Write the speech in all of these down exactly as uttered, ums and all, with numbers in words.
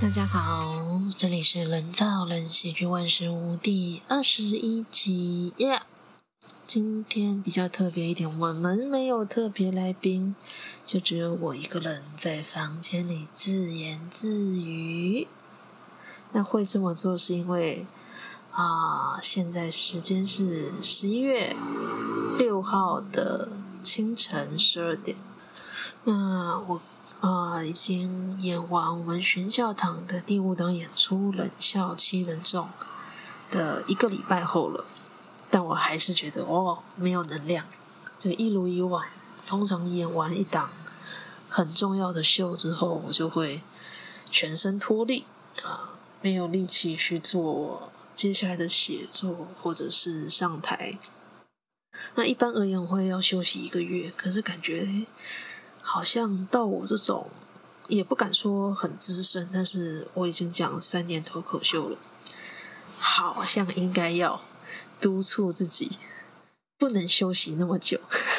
大家好，这里是人造人喜剧万事屋第二十一集耶。Yeah! 今天比较特别一点，我们没有特别来宾，就只有我一个人在房间里自言自语。那会这么做是因为啊，现在时间是十一月六号的清晨十二点。那我啊、呃，已经演完我们玄教堂的第五档演出《冷笑七人众》的一个礼拜后了，但我还是觉得哦，没有能量。就一如以往，通常演完一档很重要的秀之后，我就会全身脱力啊、呃，没有力气去做接下来的写作或者是上台。那一般而言，我会要休息一个月，可是感觉好像到我这种也不敢说很资深，但是我已经讲三年脱口秀了，好像应该要督促自己不能休息那么久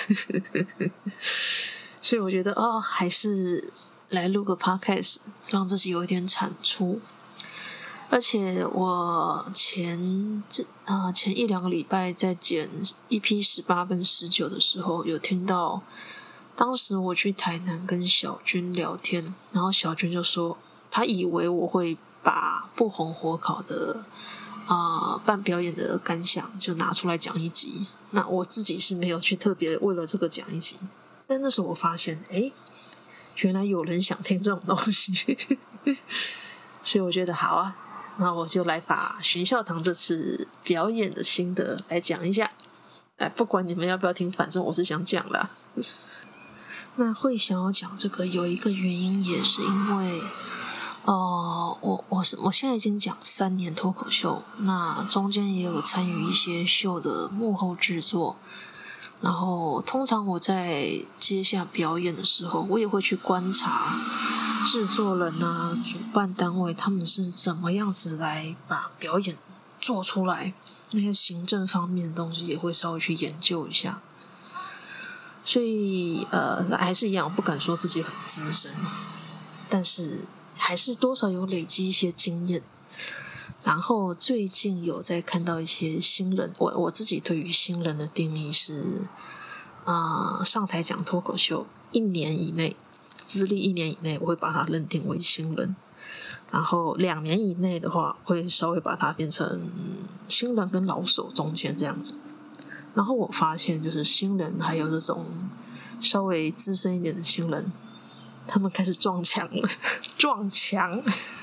所以我觉得哦，还是来录个 podcast 让自己有一点产出。而且我前这啊、呃、前一两个礼拜在剪 E P 十八跟十九的时候，有听到当时我去台南跟小军聊天，然后小军就说他以为我会把不红火烤的啊、呃、办表演的感想就拿出来讲一集。那我自己是没有去特别为了这个讲一集，但那时候我发现，诶，原来有人想听这种东西所以我觉得好啊，那我就来把玄教堂这次表演的心得来讲一下。哎，不管你们要不要听，反正我是想讲啦。那会想要讲这个有一个原因，也是因为呃，我我是我现在已经讲三年脱口秀，那中间也有参与一些秀的幕后制作。然后通常我在接下表演的时候，我也会去观察制作人啊、主办单位他们是怎么样子来把表演做出来，那些行政方面的东西也会稍微去研究一下。所以呃，还是一样，不敢说自己很资深，但是还是多少有累积一些经验。然后最近有在看到一些新人，我我自己对于新人的定义是，啊、呃，上台讲脱口秀一年以内，资历一年以内，我会把它认定为新人。然后两年以内的话，会稍微把它变成新人跟老手中间这样子。然后我发现，就是新人还有这种稍微资深一点的新人，他们开始撞墙了，撞墙。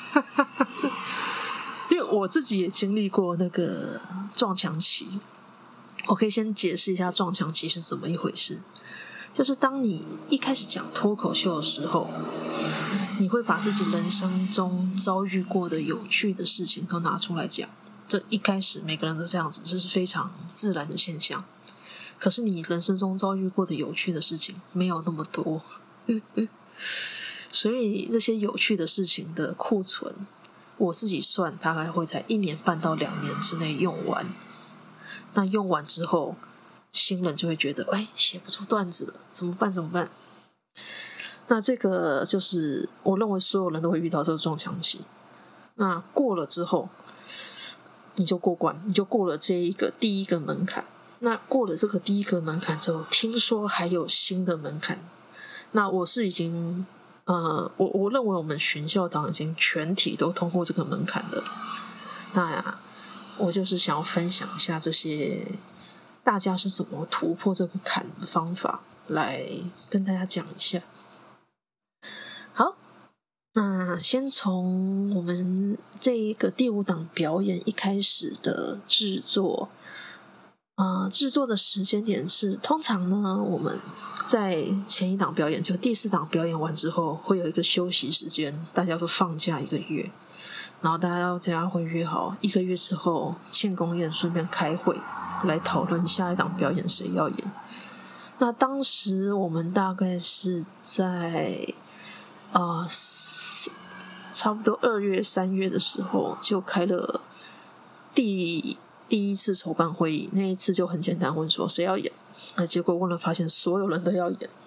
因为我自己也经历过那个撞墙期，我可以先解释一下撞墙期是怎么一回事。就是当你一开始讲脱口秀的时候，你会把自己人生中遭遇过的有趣的事情都拿出来讲，这一开始每个人都这样子，这是非常自然的现象。可是你人生中遭遇过的有趣的事情没有那么多所以这些有趣的事情的库存，我自己算大概会在一年半到两年之内用完。那用完之后，新人就会觉得哎，写不出段子了，怎么办怎么办？那这个就是我认为所有人都会遇到这个撞墙期。那过了之后，你就过关，你就过了这一个第一个门槛。那过了这个第一个门槛之后，听说还有新的门槛。那我是已经呃，我我认为我们玄教堂已经全体都通过这个门槛了。那我就是想要分享一下这些大家是怎么突破这个坎的方法，来跟大家讲一下。好，那先从我们这一个第五档表演一开始的制作。呃，制作的时间点是，通常呢，我们在前一档表演，就第四档表演完之后，会有一个休息时间，大家会放假一个月，然后大家大家会约好一个月之后庆功宴，顺便开会来讨论下一档表演谁要演。那当时我们大概是在呃差不多二月三月的时候就开了第第一次筹办会议，那一次就很简单问说谁要演，结果问了发现所有人都要演，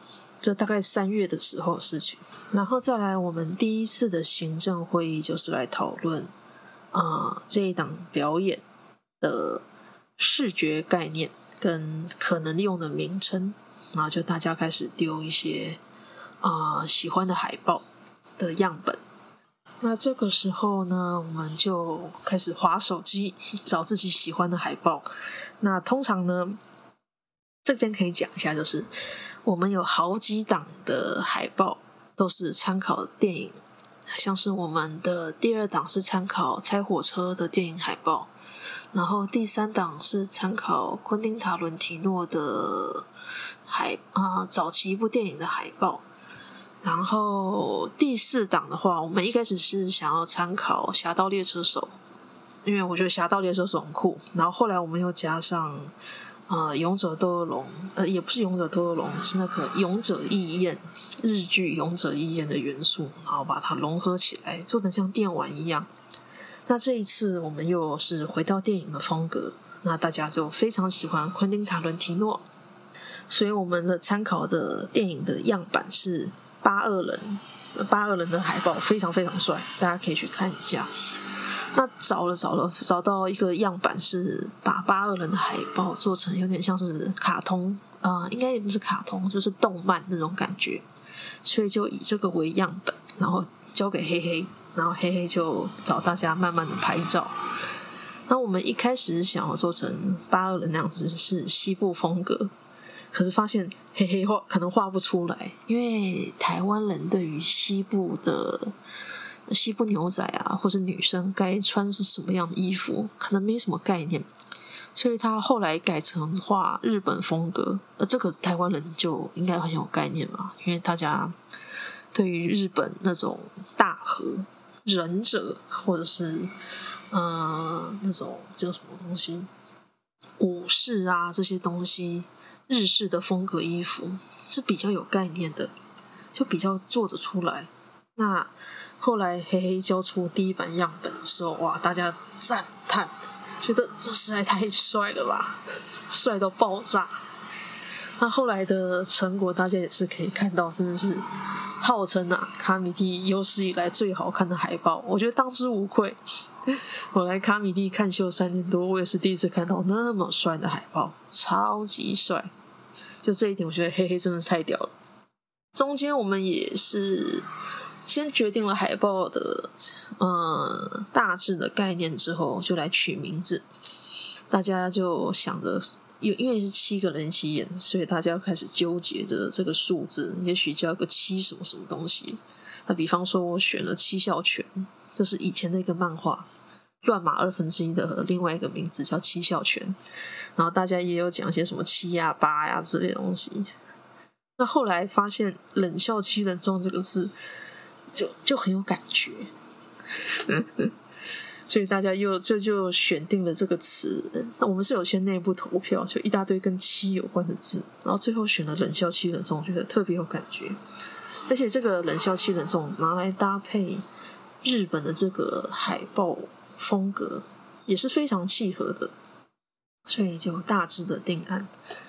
这大概三月的时候的事情。然后再来，我们第一次的行政会议就是来讨论啊、呃、这一档表演的视觉概念跟可能用的名称，然后就大家开始丢一些啊、呃、喜欢的海报的样本。那这个时候呢，我们就开始滑手机找自己喜欢的海报。那通常呢，这边可以讲一下，就是我们有好几档的海报都是参考电影，像是我们的第二档是参考拆火车的电影海报，然后第三档是参考昆汀塔伦提诺的海啊、呃、早期一部电影的海报。然后第四档的话，我们一开始是想要参考《侠盗猎车手》，因为我觉得《侠盗猎车手》很酷。然后后来我们又加上呃《勇者斗恶龙》，呃也不是《勇者斗恶龙》，是那个《勇者义彦》日剧《勇者义彦》的元素，然后把它融合起来，做得像电玩一样。那这一次我们又是回到电影的风格，那大家就非常喜欢昆汀塔伦提诺，所以我们的参考的电影的样板是八二人，八二人的海报非常非常帅，大家可以去看一下。那找了找了找到一个样板，是把八二人的海报做成有点像是卡通，呃，应该也不是卡通，就是动漫那种感觉，所以就以这个为样本，然后交给黑黑，然后黑黑就找大家慢慢的拍照。那我们一开始想要做成八二人那样子是西部风格，可是发现黑黑画可能画不出来，因为台湾人对于西部的西部牛仔啊，或是女生该穿是什么样的衣服，可能没什么概念，所以他后来改成画日本风格。而这个台湾人就应该很有概念嘛，因为大家对于日本那种大和忍者，或者是呃那种叫什么东西武士啊这些东西，日式的风格衣服是比较有概念的，就比较做得出来。那后来黑黑交出第一版样本的时候，哇，大家赞叹，觉得这实在太帅了吧，帅到爆炸。那后来的成果大家也是可以看到，真的是号称啊卡米蒂有史以来最好看的海报，我觉得当之无愧。我来卡米蒂看秀三年多，我也是第一次看到那么帅的海报，超级帅。就这一点我觉得黑黑真的太屌了。中间我们也是先决定了海报的呃大致的概念之后，就来取名字。大家就想着，因为是七个人一起演，所以大家开始纠结着这个数字，也许叫个七什么什么东西。那比方说我选了七孝全，这是以前的一个漫画乱码二分之一的另外一个名字叫七孝全，然后大家也有讲一些什么七呀八呀之类的东西。那后来发现冷笑七人众这个字就就很有感觉，所以大家又就就选定了这个词。那我们是有些内部投票，就一大堆跟七有关的字，然后最后选了冷笑七人众，觉得特别有感觉。而且这个冷笑七人众拿来搭配日本的这个海报风格也是非常契合的，所以就大致的定案。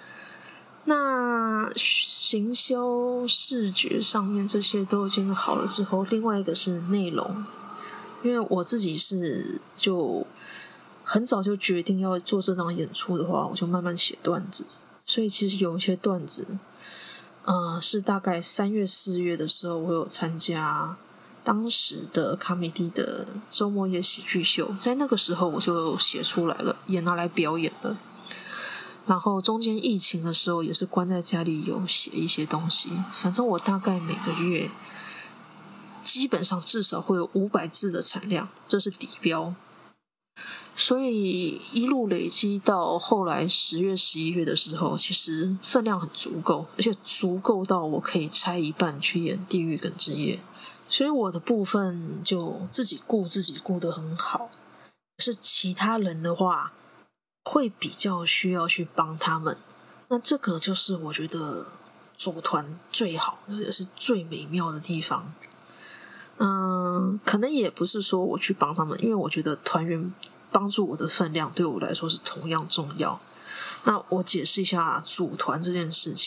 那行销视觉上面这些都已经好了之后，另外一个是内容。因为我自己是就很早就决定要做这档演出的话，我就慢慢写段子，所以其实有一些段子呃，是大概三月四月的时候，我有参加当时的卡米蒂的周末夜喜剧秀，在那个时候我就写出来了，也拿来表演了。然后中间疫情的时候也是关在家里有写一些东西，反正我大概每个月基本上至少会有五百字的产量，这是底标。所以一路累积到后来十月十一月的时候，其实分量很足够，而且足够到我可以拆一半去演《地狱梗之夜》，所以我的部分就自己顾自己顾得很好。是其他人的话会比较需要去帮他们，那这个就是我觉得组团最好也是最美妙的地方。嗯，可能也不是说我去帮他们，因为我觉得团员帮助我的分量对我来说是同样重要。那我解释一下组团这件事情。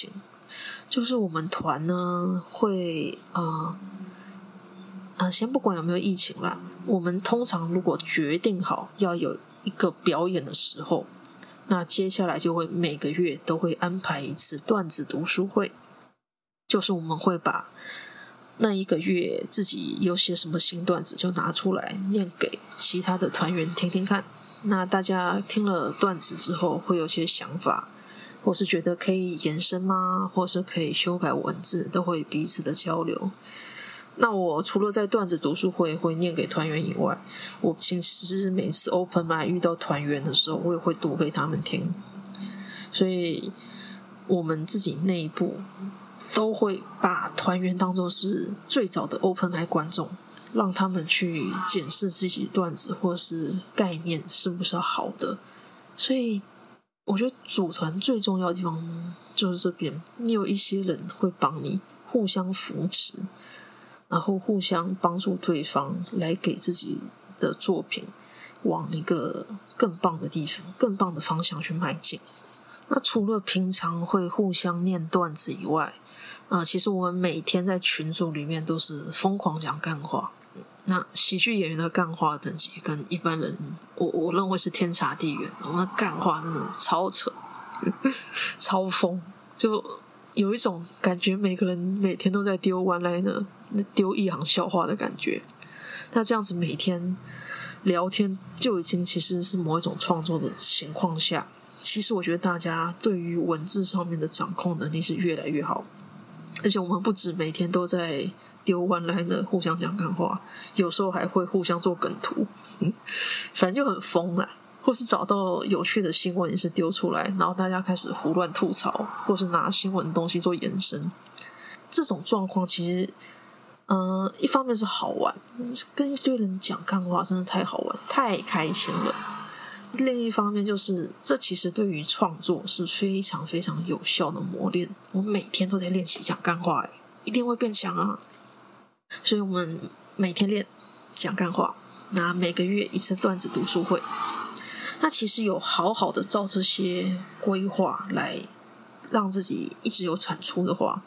就是我们团呢会呃呃，先不管有没有疫情啦，我们通常如果决定好要有一个表演的时候，那接下来就会每个月都会安排一次段子读书会，就是我们会把那一个月自己有写什么新段子就拿出来念给其他的团员听听看，那大家听了段子之后会有些想法，或是觉得可以延伸吗，或是可以修改文字，都会彼此的交流。那我除了在段子读书会会念给团员以外，我其实每次 open mic 遇到团员的时候，我也会读给他们听。所以我们自己内部都会把团员当作是最早的 open mic 观众，让他们去检视自己段子或是概念是不是好的。所以我觉得组团最重要的地方就是这边，你有一些人会帮你互相扶持，然后互相帮助对方来给自己的作品往一个更棒的地方、更棒的方向去迈进。那除了平常会互相念段子以外，呃，其实我们每天在群组里面都是疯狂讲干话。那喜剧演员的干话等级跟一般人，我我认为是天差地远。我们的干话真的超扯、超疯，就有一种感觉，每个人每天都在丢 one liner、丢一行笑话的感觉。那这样子每天聊天，就已经其实是某一种创作的情况下，其实我觉得大家对于文字上面的掌控能力是越来越好。而且我们不止每天都在丢 one liner 互相讲干话，有时候还会互相做梗图，嗯，反正就很疯啦。或是找到有趣的新闻也是丢出来，然后大家开始胡乱吐槽，或是拿新闻的东西做延伸。这种状况其实呃，一方面是好玩，跟一堆人讲干话真的太好玩，太开心了。另一方面就是这其实对于创作是非常非常有效的磨练。我每天都在练习讲干话，一定会变强啊。所以我们每天练讲干话，那每个月一次段子读书会。那其实有好好的照这些规划来让自己一直有产出的话，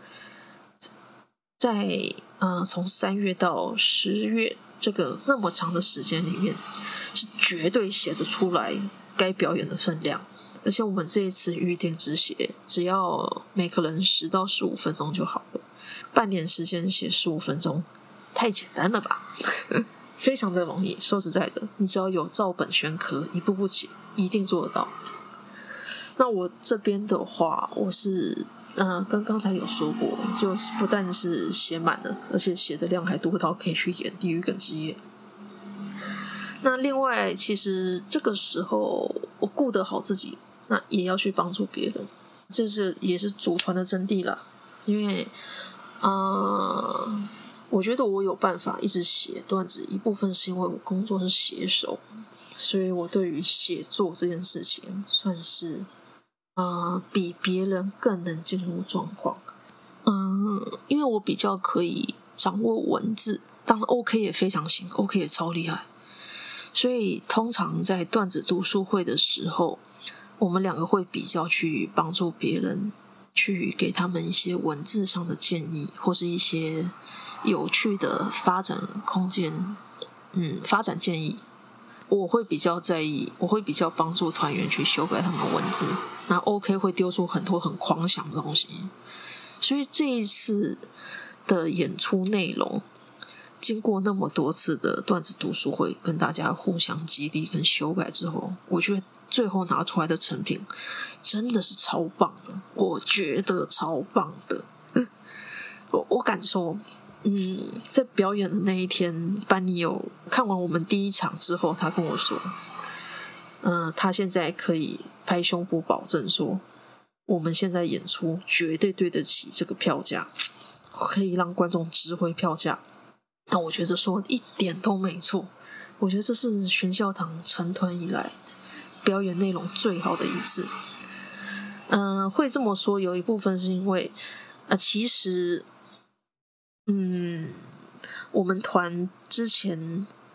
在呃从三月到十月这个那么长的时间里面，是绝对写得出来该表演的分量。而且我们这一次预定只写，只要每个人十到十五分钟就好了。半年时间写十五分钟，太简单了吧？非常的容易。说实在的，你只要有照本宣科，一步步写，一定做得到。那我这边的话，我是呃，跟刚才有说过，就是不但是写满了，而且写的量还多到可以去演《地狱梗之夜》。那另外，其实这个时候我顾得好自己，那也要去帮助别人，这是也是组团的真谛啦。因为，呃，我觉得我有办法一直写段子，一部分是因为我工作是写手，所以我对于写作这件事情算是呃比别人更能进入状况。嗯，因为我比较可以掌握文字，当然 OK 也非常行 ，OK 也超厉害。所以通常在段子读书会的时候，我们两个会比较去帮助别人，去给他们一些文字上的建议，或是一些有趣的发展空间，嗯，发展建议。我会比较在意，我会比较帮助团员去修改他们的文字。那 OK 会丢出很多很狂想的东西。所以这一次的演出内容，经过那么多次的段子读书会跟大家互相激励跟修改之后，我觉得最后拿出来的成品真的是超棒的，我觉得超棒的。我我敢说，嗯，在表演的那一天，班尼有看完我们第一场之后，他跟我说，嗯、呃，他现在可以拍胸脯保证说，我们现在演出绝对对得起这个票价，可以让观众值回票价。那我觉得说一点都没错，我觉得这是玄孝堂成团以来表演内容最好的一次。嗯、呃，会这么说有一部分是因为，呃，其实，嗯，我们团之前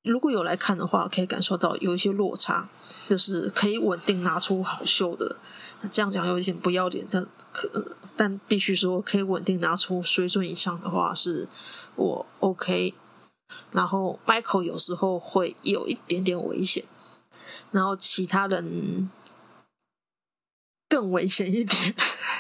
如果有来看的话，可以感受到有一些落差，就是可以稳定拿出好秀的。这样讲有一点不要脸，但可但必须说，可以稳定拿出水准以上的话，是我 OK。然后 Michael 有时候会有一点点危险，然后其他人更危险一点。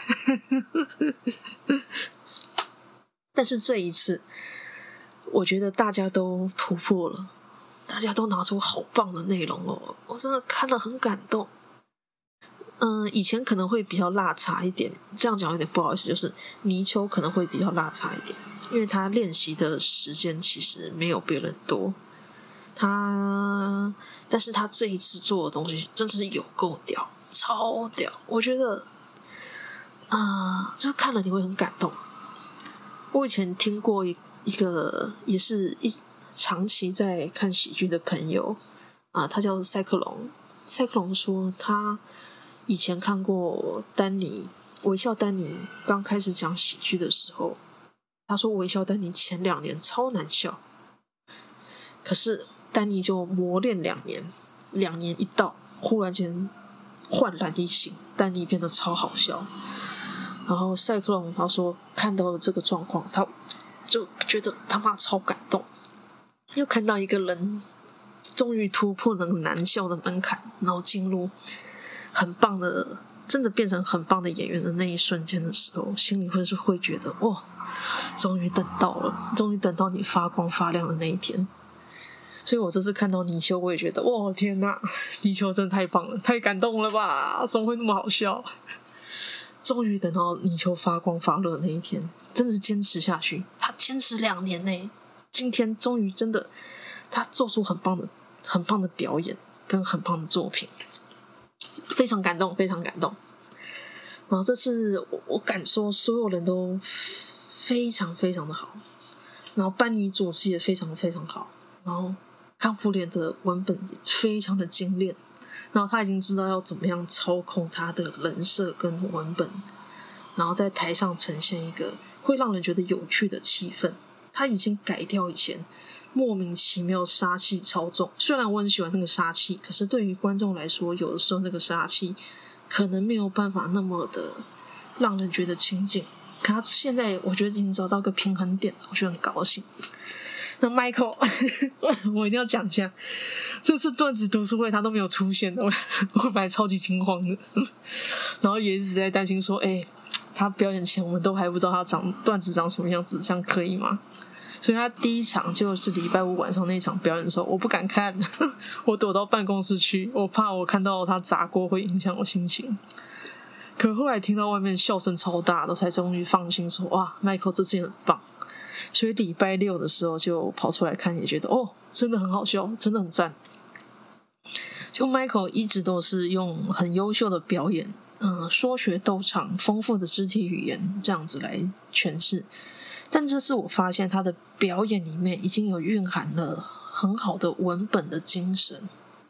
但是这一次，我觉得大家都突破了。大家都拿出好棒的内容哦，我真的看了很感动。嗯，以前可能会比较落差一点，这样讲有点不好意思，就是泥鳅可能会比较落差一点，因为他练习的时间其实没有别人多。他，但是他这一次做的东西真的是有够屌，超屌！我觉得，啊、呃，这看了你会很感动。我以前听过一一个，也是一。长期在看喜剧的朋友啊，他叫赛克隆。赛克隆说，他以前看过丹尼微笑丹尼刚开始讲喜剧的时候，他说微笑丹尼前两年超难笑，可是丹尼就磨练两年，两年一到，忽然间焕然一新，丹尼变得超好笑。然后赛克隆他说，看到了这个状况，他就觉得他妈超感动。又看到一个人终于突破那个难笑的门槛，然后进入很棒的，真的变成很棒的演员的那一瞬间的时候，心里会是会觉得哇，终于等到了，终于等到你发光发亮的那一天。所以我这次看到泥鳅，我也觉得哇天哪，泥鳅真的太棒了，太感动了吧，怎么会那么好笑？终于等到泥鳅发光发热的那一天，真的是坚持下去，他坚持两年呢。今天终于真的，他做出很棒的、很棒的表演跟很棒的作品，非常感动，非常感动。然后这次我我敢说，所有人都非常非常的好，然后班尼主持也非常非常好，然后康普脸的文本也非常的精炼，然后他已经知道要怎么样操控他的人设跟文本，然后在台上呈现一个会让人觉得有趣的气氛。他已经改掉以前莫名其妙杀气超重，虽然我很喜欢那个杀气，可是对于观众来说，有的时候那个杀气可能没有办法那么的让人觉得亲近。可他现在我觉得已经找到个平衡点，我觉得很高兴。那 Michael 我一定要讲一下，这次段子读书会他都没有出现的，我我本来超级惊慌的，然后也一直在担心说，哎、欸，他表演前我们都还不知道他长段子长什么样子，这样可以吗？所以他第一场就是礼拜五晚上那场表演的时候，我不敢看，我躲到办公室去，我怕我看到他砸锅会影响我心情。可后来听到外面笑声超大的，才终于放心说，哇 Michael 这次很棒。所以礼拜六的时候就跑出来看，也觉得哦，真的很好笑，真的很赞。就 Michael 一直都是用很优秀的表演，嗯、呃，说学逗唱，丰富的肢体语言这样子来诠释。但这次我发现他的表演里面已经有蕴含了很好的文本的精神。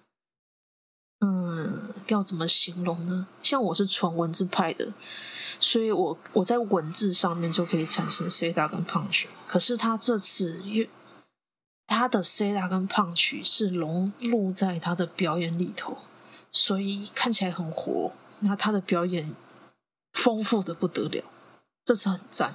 嗯，要怎么形容呢？像我是纯文字派的，所以我我在文字上面就可以产生 Seda 跟 punch。可是他这次他的 Seda 跟 punch 是融入在他的表演里头，所以看起来很活。那他的表演丰富的不得了，这次很赞。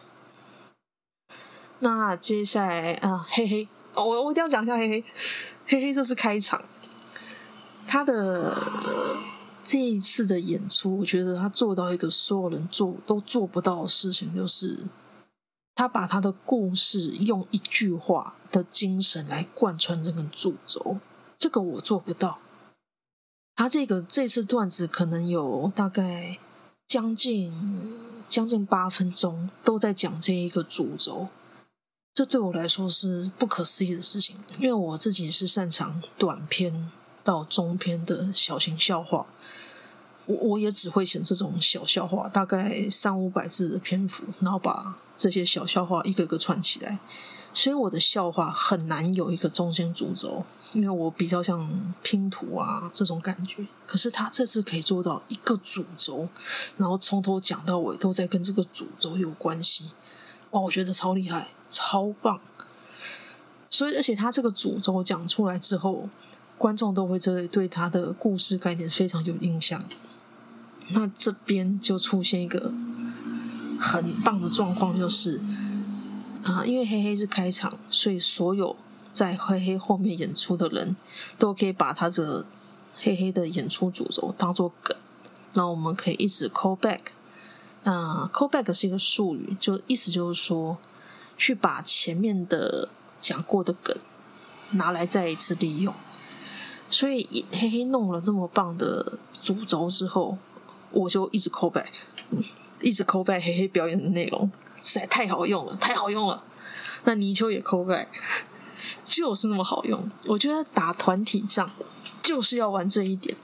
那接下来啊，嘿嘿，哦、我我一定要讲一下嘿嘿，嘿嘿，这是开场。他的、呃、这一次的演出，我觉得他做到一个所有人做都做不到的事情，就是他把他的故事用一句话的精神来贯穿这个主轴，这个我做不到。他这个这次段子可能有大概将近将近八分钟都在讲这一个主轴，这对我来说是不可思议的事情，因为我自己是擅长短篇到中篇的小型笑话，我我也只会写这种小笑话，大概三五百字的篇幅，然后把这些小笑话一个个串起来，所以我的笑话很难有一个中间主轴，因为我比较像拼图啊这种感觉。可是他这次可以做到一个主轴，然后从头讲到尾都在跟这个主轴有关系，哇，我觉得超厉害，超棒。 所以而且他这个主轴讲出来之后，观众都会对对他的故事概念非常有印象。那这边就出现一个很棒的状况，就是啊、呃，因为黑黑是开场，所以所有在黑黑后面演出的人都可以把他这个黑黑的演出主轴当作梗，然后我们可以一直 call back。呃 call back 是一个术语，就意思就是说去把前面的讲过的梗拿来再一次利用。所以黑黑弄了这么棒的主轴之后，我就一直 call back， 一直 call back 黑黑表演的内容，实在太好用了，太好用了。那泥鳅也 call back， 就是那么好用。我觉得打团体仗就是要玩这一点。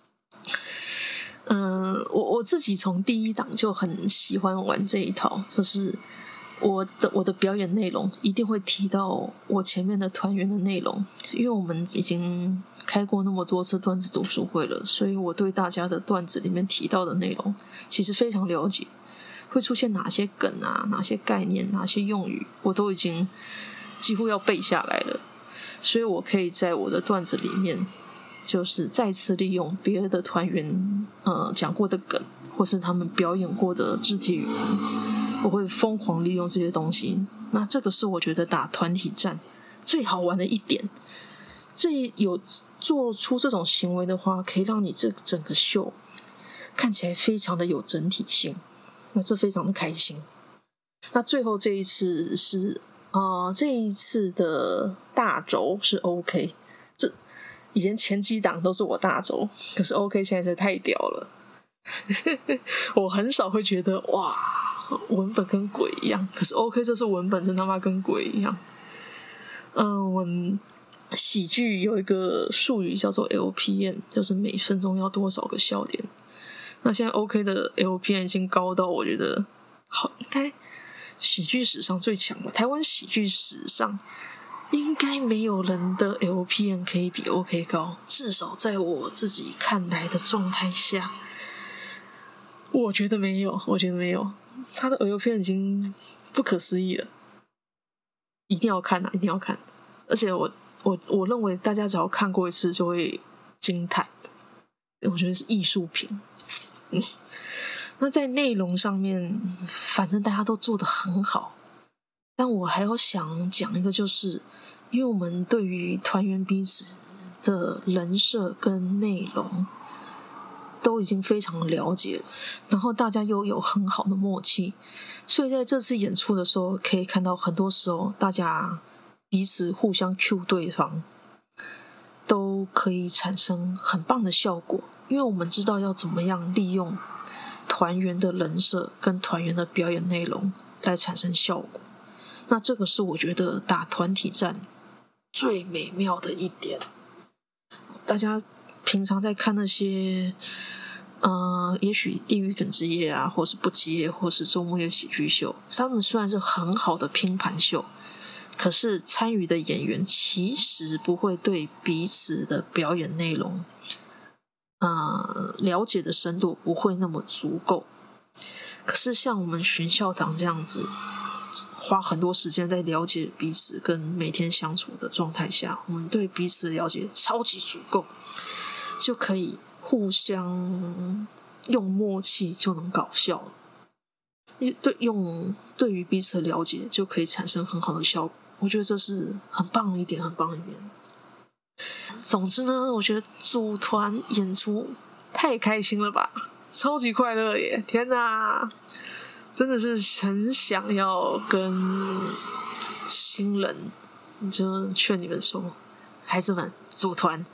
嗯，我我自己从第一档就很喜欢玩这一套，就是我的我的表演内容一定会提到我前面的团员的内容，因为我们已经开过那么多次段子读书会了，所以我对大家的段子里面提到的内容其实非常了解，会出现哪些梗啊，哪些概念，哪些用语，我都已经几乎要背下来了，所以我可以在我的段子里面就是再次利用别的团员呃讲过的梗，或是他们表演过的肢体语言，我会疯狂利用这些东西。那这个是我觉得打团体战最好玩的一点。这有做出这种行为的话，可以让你这整个秀看起来非常的有整体性，那这非常的开心。那最后这一次是呃这一次的大轴是 OK， 这以前前几档都是我大轴，可是 OK 现在实在太屌了。我很少会觉得哇文本跟鬼一样，可是 OK 这次文本真他妈跟鬼一样。嗯，我们喜剧有一个术语叫做 L P M， 就是每分钟要多少个笑点。那现在 OK 的 L P M 已经高到我觉得好，应该喜剧史上最强吧，台湾喜剧史上应该没有人的 L P M 可以比 OK 高，至少在我自己看来的状态下，我觉得没有，我觉得没有，他的 L P M 已经不可思议了，一定要看啊，一定要看！而且我我我认为大家只要看过一次就会惊叹，我觉得是艺术品。嗯，那在内容上面，反正大家都做得很好。但我还要想讲一个，就是因为我们对于团员彼此的人设跟内容都已经非常了解了，然后大家又有很好的默契，所以在这次演出的时候，可以看到很多时候大家彼此互相 cue 对方，都可以产生很棒的效果，因为我们知道要怎么样利用团员的人设跟团员的表演内容来产生效果。那这个是我觉得打团体战最美妙的一点。大家平常在看那些呃，也许地狱梗之夜啊，或是不羁夜，或是周末夜喜剧秀，他们虽然是很好的拼盘秀，可是参与的演员其实不会对彼此的表演内容呃，了解的深度不会那么足够。可是像我们巡校堂这样子花很多时间在了解彼此跟每天相处的状态下，我们对彼此的了解超级足够，就可以互相用默契就能搞笑了。对，用对于彼此的了解就可以产生很好的效果，我觉得这是很棒的一点，很棒的一点。总之呢，我觉得组团演出太开心了吧，超级快乐耶！天哪，真的是很想要跟新人就劝你们说，孩子们组团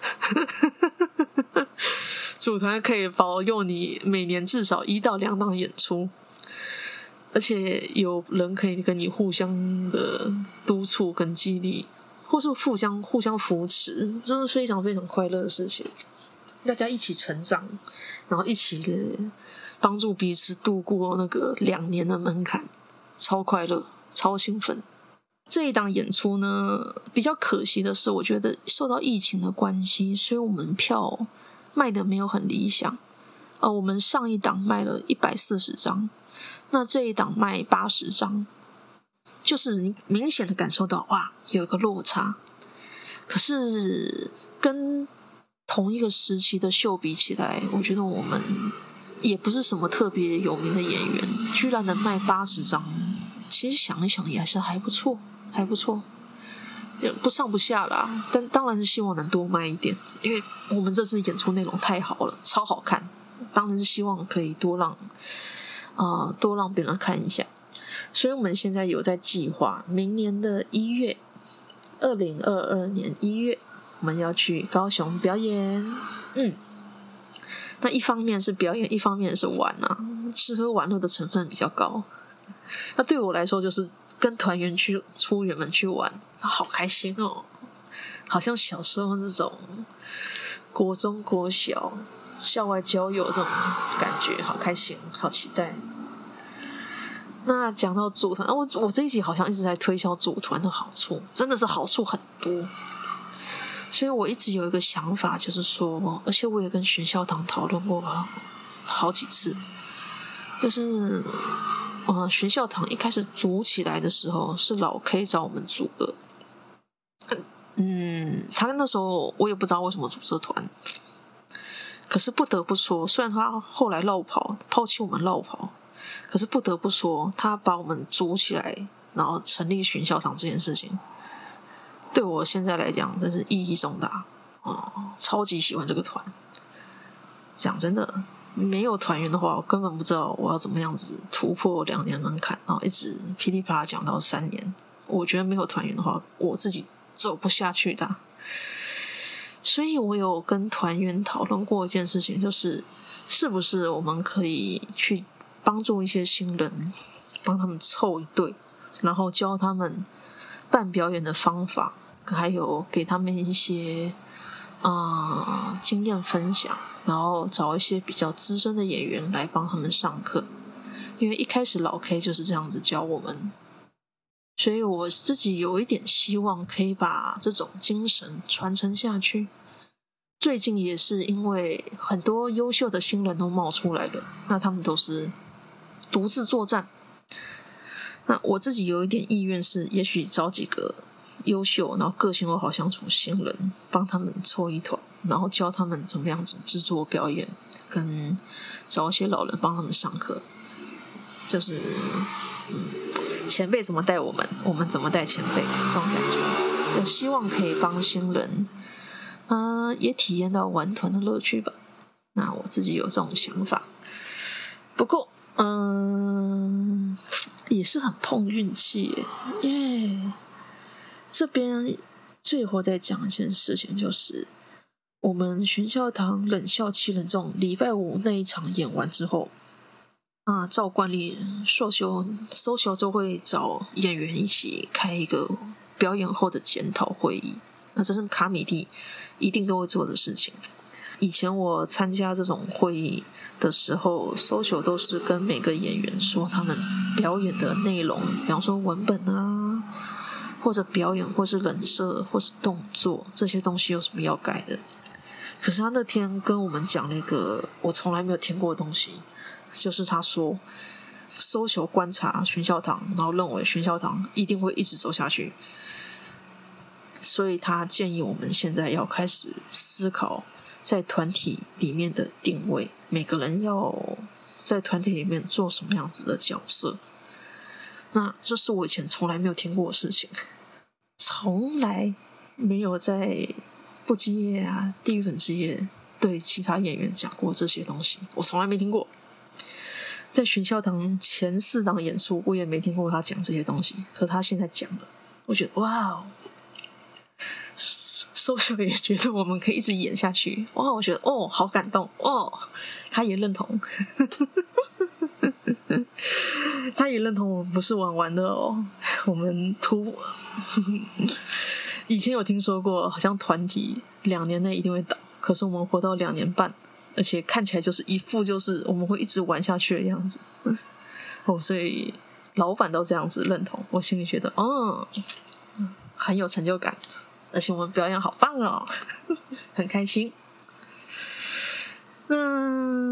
组团可以保佑你每年至少一到两档演出，而且有人可以跟你互相的督促跟激励，或是互相互相扶持，真是非常非常快乐的事情。大家一起成长，然后一起帮助彼此度过那个两年的门槛，超快乐，超兴奋。这一档演出呢，比较可惜的是，我觉得受到疫情的关系，所以我们票卖的没有很理想。呃，我们上一档卖了一百四十张，那这一档卖八十张， 就是你明显的感受到哇，有一个落差。可是跟同一个时期的秀比起来，我觉得我们也不是什么特别有名的演员，居然能卖八十张，其实想一想也还是还不错，还不错，不上不下啦。但当然是希望能多卖一点，因为我们这次演出内容太好了，超好看，当然是希望可以多让呃多让别人看一下。所以我们现在有在计划，明年的一月，二零二二年一月，我们要去高雄表演。嗯，那一方面是表演，一方面是玩啊，吃喝玩乐的成分比较高。那对我来说，就是跟团员去出远门去玩，好开心哦，好像小时候那种国中国小校外郊游这种感觉，好开心，好期待。那讲到组团，我我这一集好像一直在推销组团的好处，真的是好处很多。所以我一直有一个想法，就是说，而且我也跟学校堂讨论过好几次，就是呃，学校堂一开始组起来的时候，是老 K 找我们组的。嗯，他那时候我也不知道为什么组这团，可是不得不说，虽然他后来落跑，抛弃我们落跑。可是不得不说，他把我们组起来，然后成立巡校堂这件事情，对我现在来讲真是意义重大哦，超级喜欢这个团。讲真的，没有团员的话，我根本不知道我要怎么样子突破两年门槛，然后一直噼里啪啦讲到三年。我觉得没有团员的话，我自己走不下去的。所以我有跟团员讨论过一件事情，就是是不是我们可以去帮助一些新人，帮他们凑一队，然后教他们办表演的方法，还有给他们一些呃经验分享，然后找一些比较资深的演员来帮他们上课。因为一开始老 K 就是这样子教我们，所以我自己有一点希望可以把这种精神传承下去。最近也是因为很多优秀的新人都冒出来了，那他们都是独自作战。那我自己有一点意愿是，也许找几个优秀，然后个性又好相处新人，帮他们凑一团，然后教他们怎么样子制作表演，跟找一些老人帮他们上课，就是嗯，前辈怎么带我们，我们怎么带前辈，这种感觉。我希望可以帮新人，嗯、呃，也体验到玩团的乐趣吧。那我自己有这种想法，不过。嗯，也是很碰运气耶，因为这边最后再讲一件事情，就是我们巡校堂冷笑七人众礼拜五那一场演完之后，啊，照惯例，收修收修就会找演员一起开一个表演后的检讨会议，那这是卡米蒂一定都会做的事情。以前我参加这种会议的时候 social 都是跟每个演员说他们表演的内容，比方说文本啊，或者表演，或是人设，或是动作，这些东西有什么要改的。可是他那天跟我们讲了一个我从来没有听过的东西，就是他说 social 观察巡校堂，然后认为巡校堂一定会一直走下去，所以他建议我们现在要开始思考在团体里面的定位，每个人要在团体里面做什么样子的角色。那这是我以前从来没有听过的事情，从来没有在不羁夜啊、地狱冷之夜对其他演员讲过这些东西，我从来没听过。在巡校堂前四档演出，我也没听过他讲这些东西，可他现在讲了，我觉得哇哦。social 也觉得我们可以一直演下去，哇！我觉得哦，好感动哦，他也认同，他也认同我们不是玩玩的哦，我们突以前有听说过，好像团体两年内一定会倒，可是我们活到兩年半，而且看起来就是一副就是我们会一直玩下去的样子，哦，所以老板都这样子认同，我心里觉得哦，很有成就感。而且我们表演好棒哦，很开心。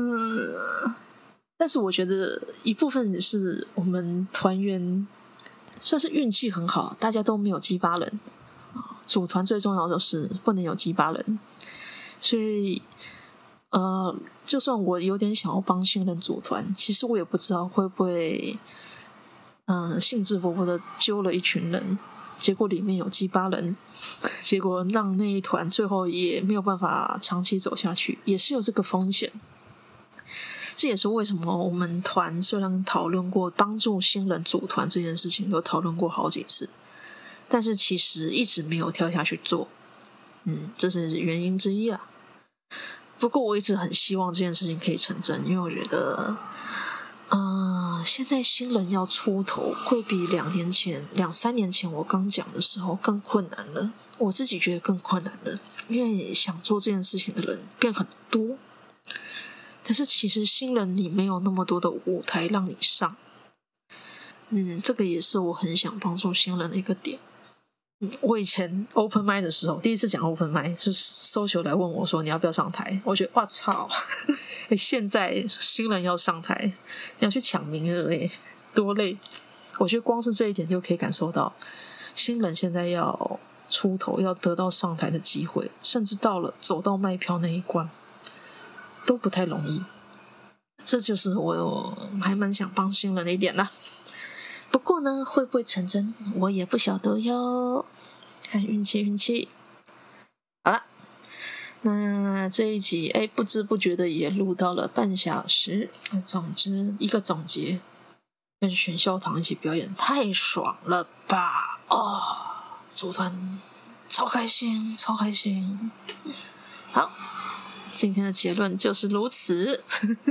那但是我觉得一部分是我们团员算是运气很好，大家都没有鸡巴人。组团最重要的就是不能有鸡巴人，所以呃，就算我有点想要帮新人组团，其实我也不知道会不会嗯、呃、兴致勃勃的揪了一群人，结果里面有鸡巴人，结果让那一团最后也没有办法长期走下去，也是有这个风险。这也是为什么我们团虽然讨论过帮助新人组团这件事情，有讨论过好几次，但是其实一直没有跳下去做，嗯，这是原因之一啊。不过我一直很希望这件事情可以成真，因为我觉得，嗯、呃，现在新人要出头会比两年前、两三年前我刚讲的时候更困难了。我自己觉得更困难了，因为想做这件事情的人变很多。但是其实新人你没有那么多的舞台让你上，嗯，这个也是我很想帮助新人的一个点。嗯，我以前 open mic 的时候，第一次讲 open mic 是 social 来问我说你要不要上台，我觉得哇操，欸，现在新人要上台，你要去抢名额欸，多累！我觉得光是这一点就可以感受到，新人现在要出头，要得到上台的机会，甚至到了走到卖票那一关。都不太容易，这就是我还蛮想帮新人的一点啦。不过呢，会不会成真，我也不晓得哟，看运气运气。好了，那这一集哎，不知不觉的也录到了半小时。总之，一个总结，跟选秀堂一起表演太爽了吧！哦，组团超开心，超开心。好。今天的结论就是如此。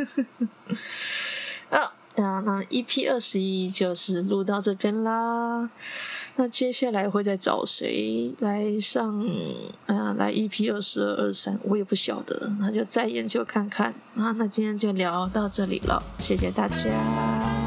啊，那 E P 二十一就是录到这边啦。那接下来会再找谁来上？啊，来 E P 二十二、二十三，我也不晓得，那就再研究看看。啊，那今天就聊到这里了，谢谢大家。